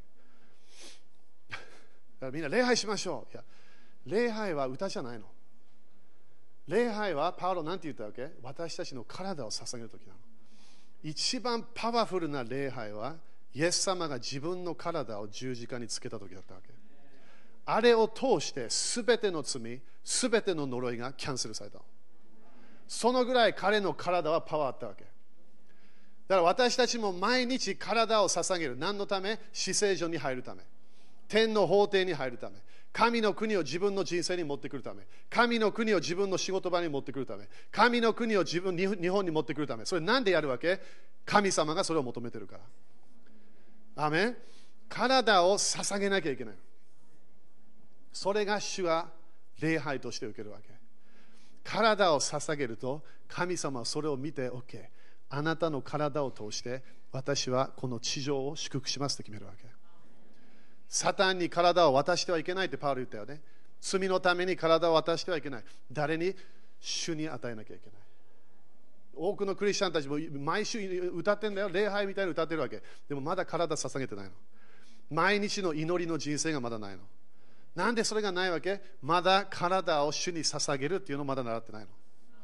からみんな礼拝しましょう。いや、礼拝は歌じゃないの。礼拝はパウロなんて言ったわけ？私たちの体を捧げるときなの。一番パワフルな礼拝はイエス様が自分の体を十字架につけたときだったわけ。あれを通してすべての罪、すべての呪いがキャンセルされた。そのぐらい彼の体はパワーあったわけ。だから私たちも毎日体を捧げる。何のため？至聖所に入るため。天の法廷に入るため。神の国を自分の人生に持ってくるため。神の国を自分の仕事場に持ってくるため。神の国を自分、日本に持ってくるため。それなんでやるわけ？神様がそれを求めてるから。アメン。体を捧げなきゃいけない。それが主は礼拝として受けるわけ。体を捧げると神様はそれを見て OK。あなたの体を通して私はこの地上を祝福しますと決めるわけ。サタンに体を渡してはいけないってパウロ言ったよね。罪のために体を渡してはいけない。誰に？主に与えなきゃいけない。多くのクリスチャンたちも毎週歌ってんだよ。礼拝みたいに歌ってるわけ。でもまだ体捧げてないの。毎日の祈りの人生がまだないの。なんでそれがないわけ？まだ体を主に捧げるっていうのをまだ習ってないの。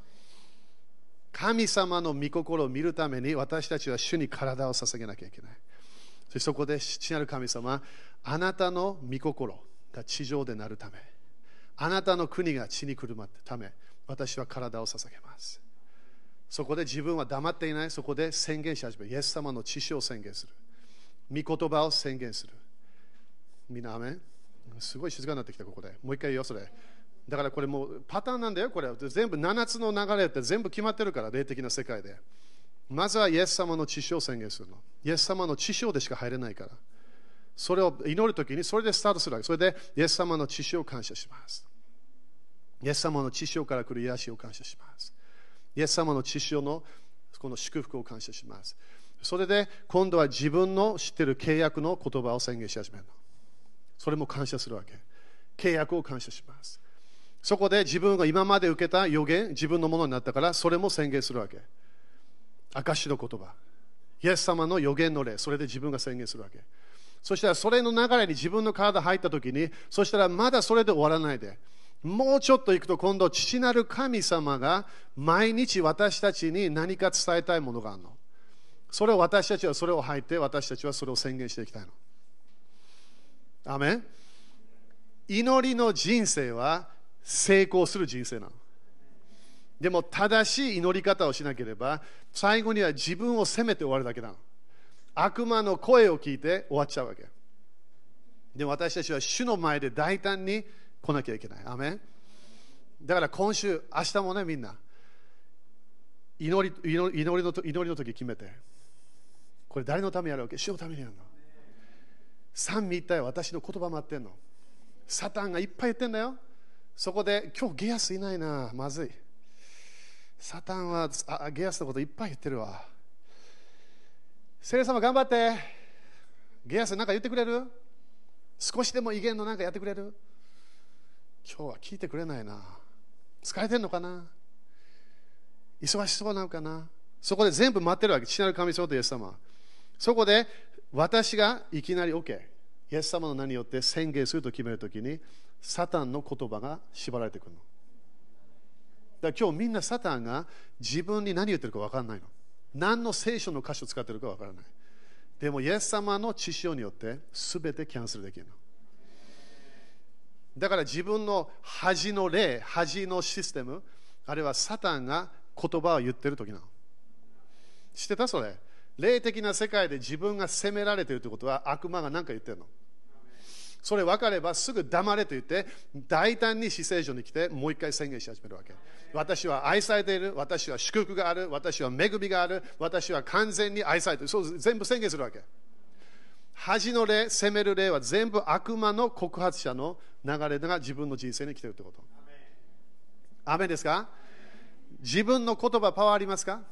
神様の御心を見るために私たちは主に体を捧げなきゃいけない。そしてそこで父なる神様、あなたの御心が地上でなるため、あなたの国が地に来るため、私は体を捧げます。そこで自分は黙っていない。そこで宣言し始める。イエス様の知識を宣言する。御言葉を宣言する。みんなアメン。すごい静かになってきた。ここでもう一回言おう。それだからこれもうパターンなんだよ。これ全部ななつの流れって全部決まってるから、霊的な世界で。まずはイエス様の知識を宣言するの。イエス様の知識でしか入れないから、それを祈るときにそれでスタートするわけ。それでイエス様の知識を感謝します。イエス様の知識から来る癒しを感謝します。イエス様の知識のこの祝福を感謝します。それで今度は自分の知っている契約の言葉を宣言し始めるの。それも感謝するわけ。契約を感謝します。そこで自分が今まで受けた予言、自分のものになったから、それも宣言するわけ。証の言葉。イエス様の予言の例、それで自分が宣言するわけ。そしたらそれの流れに自分の体入ったときに、そしたらまだそれで終わらないで、もうちょっと行くと今度、父なる神様が毎日私たちに何か伝えたいものがあるの。それを私たちはそれを入って、私たちはそれを宣言していきたいの。アメン。祈りの人生は成功する人生なの。でも正しい祈り方をしなければ最後には自分を責めて終わるだけなの。悪魔の声を聞いて終わっちゃうわけ。でも私たちは主の前で大胆に来なきゃいけない。アメン。だから今週、明日もね、みんな祈り、祈り、祈りの、祈りの時決めて、これ誰のためにやるわけ？主のためにやるの。三位一体は私の言葉待ってんの。サタンがいっぱい言ってんだよ。そこで今日ゲアスいないな、まずい。サタンはあゲアスのこといっぱい言ってるわ。 聖霊様頑張って。ゲアスなんか言ってくれる？少しでも威厳のなんかやってくれる？今日は聞いてくれないな。疲れてんのかな？忙しそうなのかな？そこで全部待ってるわけ。父なる神様とイエス様。そこで私がいきなり OK。イエス様の名によって宣言すると決めるときに、サタンの言葉が縛られてくるの。だから今日みんなサタンが自分に何言ってるか分からないの。何の聖書の箇所を使ってるか分からない。でもイエス様の知識によって全てキャンセルできるの。だから自分の恥の霊、恥のシステム、あるいはサタンが言葉を言ってるときなの。知ってたそれ？霊的な世界で自分が責められているということは悪魔が何か言ってるの。それ分かればすぐ黙れと言って大胆に至聖所に来てもう一回宣言し始めるわけ。私は愛されている、私は祝福がある、私は恵みがある、私は完全に愛されている。そう全部宣言するわけ。恥の霊、責める霊は全部悪魔の告発者の流れが自分の人生に来ているということ。アメンですか？自分の言葉パワーありますか？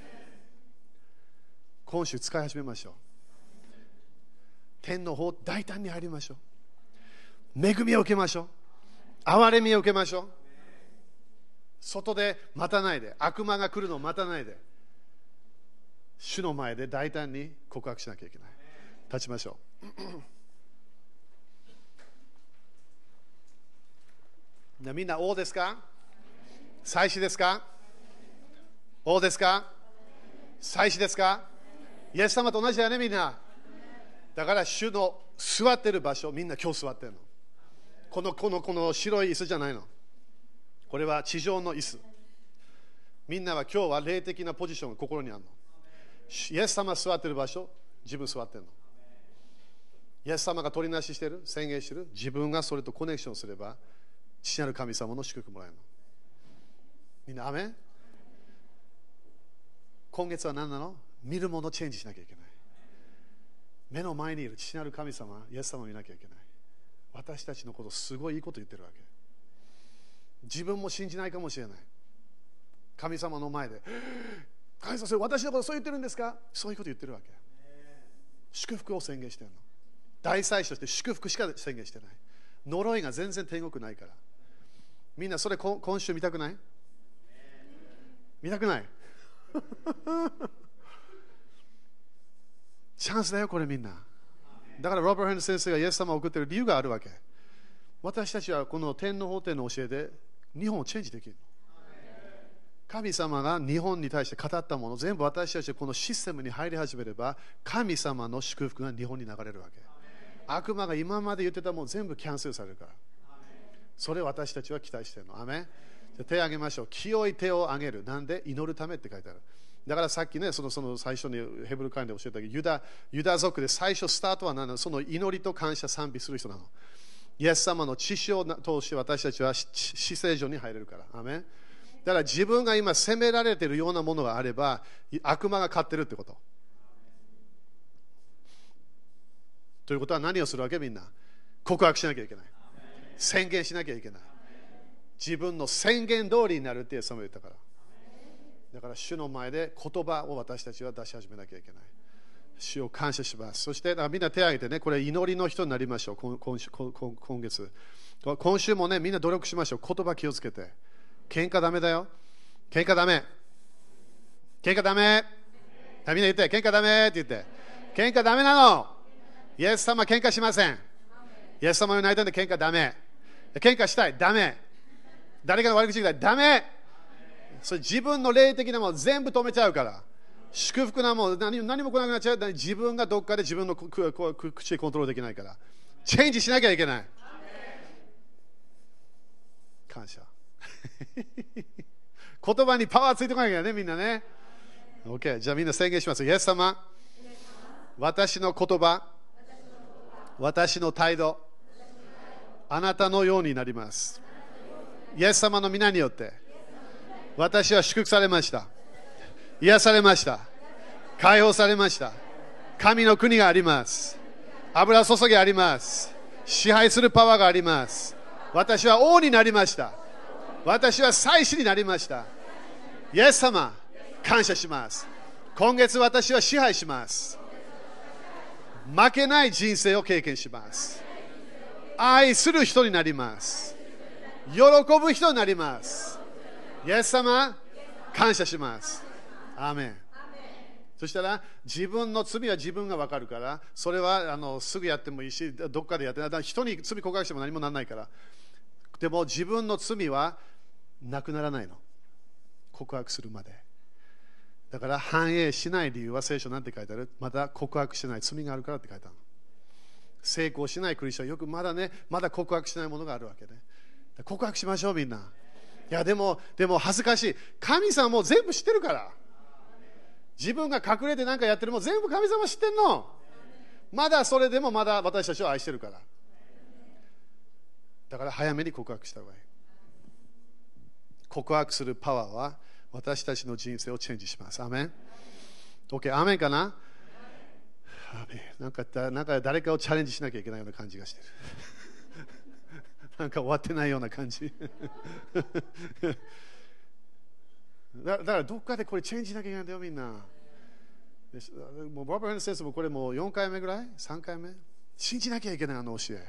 今週使い始めましょう。天の方大胆に入りましょう。恵みを受けましょう。憐れみを受けましょう。外で待たないで、悪魔が来るのを待たないで、主の前で大胆に告白しなきゃいけない。立ちましょう。みんな王ですか？祭司ですか？王ですか？祭司ですか？イエス様と同じだよね、みんな。だから主の座ってる場所、みんな今日座ってるの。このこのこの白い椅子じゃないの。これは地上の椅子。みんなは今日は霊的なポジションが心にあるの。イエス様座ってる場所、自分座ってるの。イエス様が取りなししてる、宣言してる、自分がそれとコネクションすれば、父なる神様の祝福もらえるの。みんな、アメン？今月は何なの？見るものをチェンジしなきゃいけない。目の前にいる父なる神様、イエス様を見なきゃいけない。私たちのことすごいいいこと言ってるわけ。自分も信じないかもしれない。神様の前で神様、それ私のことそう言ってるんですか？そういうこと言ってるわけ。祝福を宣言してるの。大祭司として祝福しか宣言してない。呪いが全然天国ないから。みんなそれ今週見たくない？見たくないチャンスだよ、これみんな。だからロバート・ヘン先生がイエス様を送っている理由があるわけ。私たちはこの天の法廷の教えで日本をチェンジできるの。神様が日本に対して語ったもの、全部私たちはこのシステムに入り始めれば、神様の祝福が日本に流れるわけ。悪魔が今まで言ってたもの全部キャンセルされるから。それを私たちは期待しているの。アメン。じゃ手を挙げましょう。清い手を挙げる。なんで？祈るためって書いてある。だからさっきね、そのその最初にヘブル会で教えたけど、ユダ、ユダ族で最初スタートは何なの？その祈りと感謝賛美する人なの。イエス様の知識を通して私たちは至聖所に入れるから。アメン。だから自分が今責められているようなものがあれば、悪魔が勝ってるってこと。ということは何をするわけ？みんな告白しなきゃいけない。宣言しなきゃいけない。自分の宣言通りになるってイエス様言ったから。だから主の前で言葉を私たちは出し始めなきゃいけない。主を感謝します。そしてみんな手を挙げてね、これ祈りの人になりましょう。今, 今, 週 今, 今月今週もね、みんな努力しましょう。言葉気をつけて。喧嘩ダメだよ。喧嘩ダメ。喧嘩ダメ。みんな言って、喧嘩ダメって言って。喧嘩ダメなの。イエス様喧嘩しません。イエス様になりたいんで喧嘩ダメ。喧嘩したい。ダメ。誰かの悪口言いたい。ダメ。それ自分の霊的なもの全部止めちゃうから。祝福なもの 何, 何も来なくなっちゃう。自分がどっかで自分の口でコントロールできないから。チェンジしなきゃいけない。感謝。言葉にパワーついてこなきゃね、みんなね。OK。じゃあみんな宣言します。イエス様、私の言葉、私の態度、あなたのようになります。イエス様の皆によって私は祝福されました。癒されました。解放されました。神の国があります。油注ぎあります。支配するパワーがあります。私は王になりました。私は祭司になりました。イエス様、感謝します。今月私は支配します。 負けない人生を経験します。愛する人になります。喜ぶ人になります。イエス様、感謝します。アーメン。そしたら自分の罪は自分が分かるから、それはあのすぐやってもいいし、どっかでやってない。人に罪告白しても何もならないから。でも自分の罪はなくならないの。告白するまで。だから反映しない理由は聖書なんて書いてある？まだ告白してない罪があるからって書いてあるの。成功しないクリスチャンはよくまだね、まだ告白しないものがあるわけね。告白しましょうみんな。いやでも、でも恥ずかしい。神様もう全部知ってるから。自分が隠れて何かやってるも全部神様知ってんの。まだそれでもまだ私たちを愛してるから。だから早めに告白した方がいい。告白するパワーは私たちの人生をチェンジします。アーメン。 OK、 アーメンかな。アーメン。なんか、なんか誰かをチャレンジしなきゃいけないような感じがしてる。なんか終わってないような感じ。だ, だからどっかでこれチェンジしなきゃいけないんだよみんな。もうバーバー・ヘン先生もこれもうよんかいめぐらい ?さん 回目信じなきゃいけないあの教え。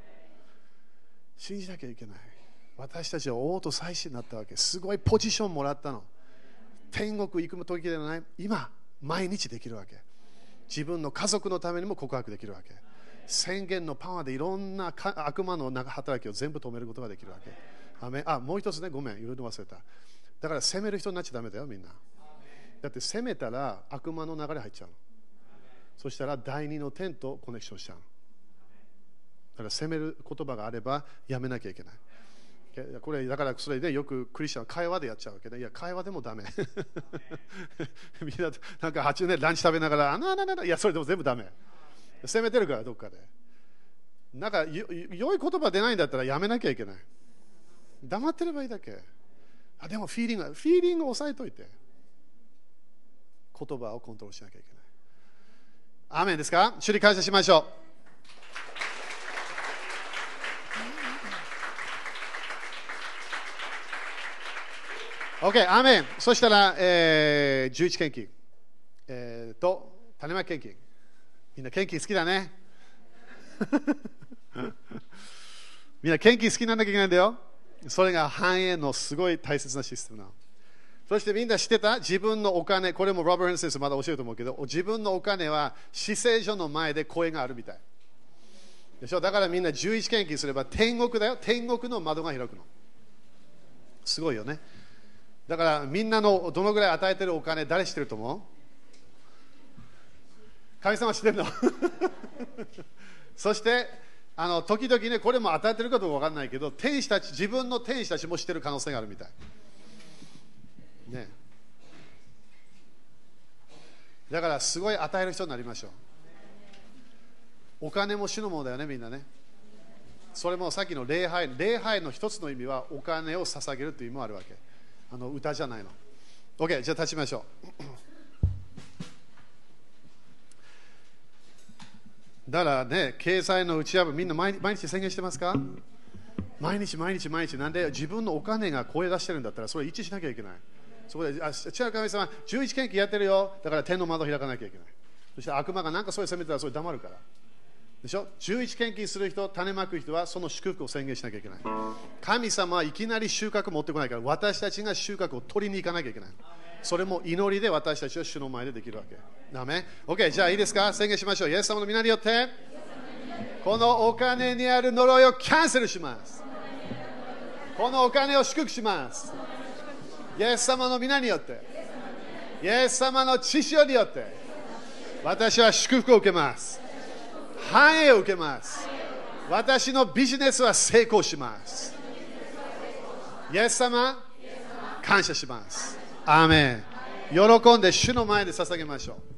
信じなきゃいけない。私たちは王と祭司になったわけ。すごいポジションもらったの。天国行く時ではない。今、毎日できるわけ。自分の家族のためにも告白できるわけ。宣言のパワーでいろんな悪魔の働きを全部止めることができるわけ。アメあ、もう一つね、ごめん、いろいろ忘れた。だから責める人になっちゃダメだよ、みんな。だって責めたら悪魔の流れ入っちゃうの。そしたら第二の天とコネクションしちゃうの。だから責める言葉があればやめなきゃいけない。これだからそれでよくクリスチャンは会話でやっちゃうわけで、いや会話でもダメ。みんななんかはちねんランチ食べながらあなあなあなあ、いやそれでも全部ダメ。責めてるからどっかで。なんかよ良い言葉出ないんだったらやめなきゃいけない。黙ってればいいだけ。あでもフィーリングフィーリングを抑えといて言葉をコントロールしなきゃいけない。アーメンですか。主に感謝しましょう。OK、アーメン。そしたら、えー、じゅういち献金、えー、と種まき献金。みんな献金好きだね。みんな献金好きにならなきゃいけないんだよ。それが繁栄のすごい大切なシステムなの。そしてみんな知ってた？自分のお金、これもロバート・ヘン先生まだ教えると思うけど、自分のお金は至聖所の前で声があるみたいでしょ。だからみんなじゅういち献金すれば天国だよ。天国の窓が開くの。すごいよね。だからみんなのどのぐらい与えてるお金誰知ってると思う？神様知ってるの。そしてあの時々ね、これも与えてるかどうか分からないけど、天使たち、自分の天使たちも知ってる可能性があるみたいね。だからすごい与える人になりましょう。お金も主のものだよね、みんなね。それもさっきの礼拝、礼拝の一つの意味はお金を捧げるという意味もあるわけ。あの歌じゃないの。 OK、 じゃあ立ちましょう。だからね、経済の打ち破り、みんな毎日、毎日宣言してますか？毎日毎日毎日。なんで自分のお金が声出してるんだったらそれ一致しなきゃいけない。そこで、あ、違う神様、じゅういち献金やってるよ。だから天の窓を開かなきゃいけない。そして悪魔が何かそれ責めたらそれ黙るから。でしょ。じゅういち献金する人、種まく人はその祝福を宣言しなきゃいけない。神様はいきなり収穫を持ってこないから、私たちが収穫を取りに行かなきゃいけない。それも祈りで私たちは主の前でできるわけ。ダメ？ OK、 じゃあいいですか。宣言しましょう。イエス様の皆によってこのお金にある呪いをキャンセルします。このお金を祝福します。イエス様の皆によって、イエス様の血潮によって私は祝福を受けます。繁栄を受けます。私のビジネスは成功します。イエス様、感謝します。アーメン。喜んで主の前で捧げましょう。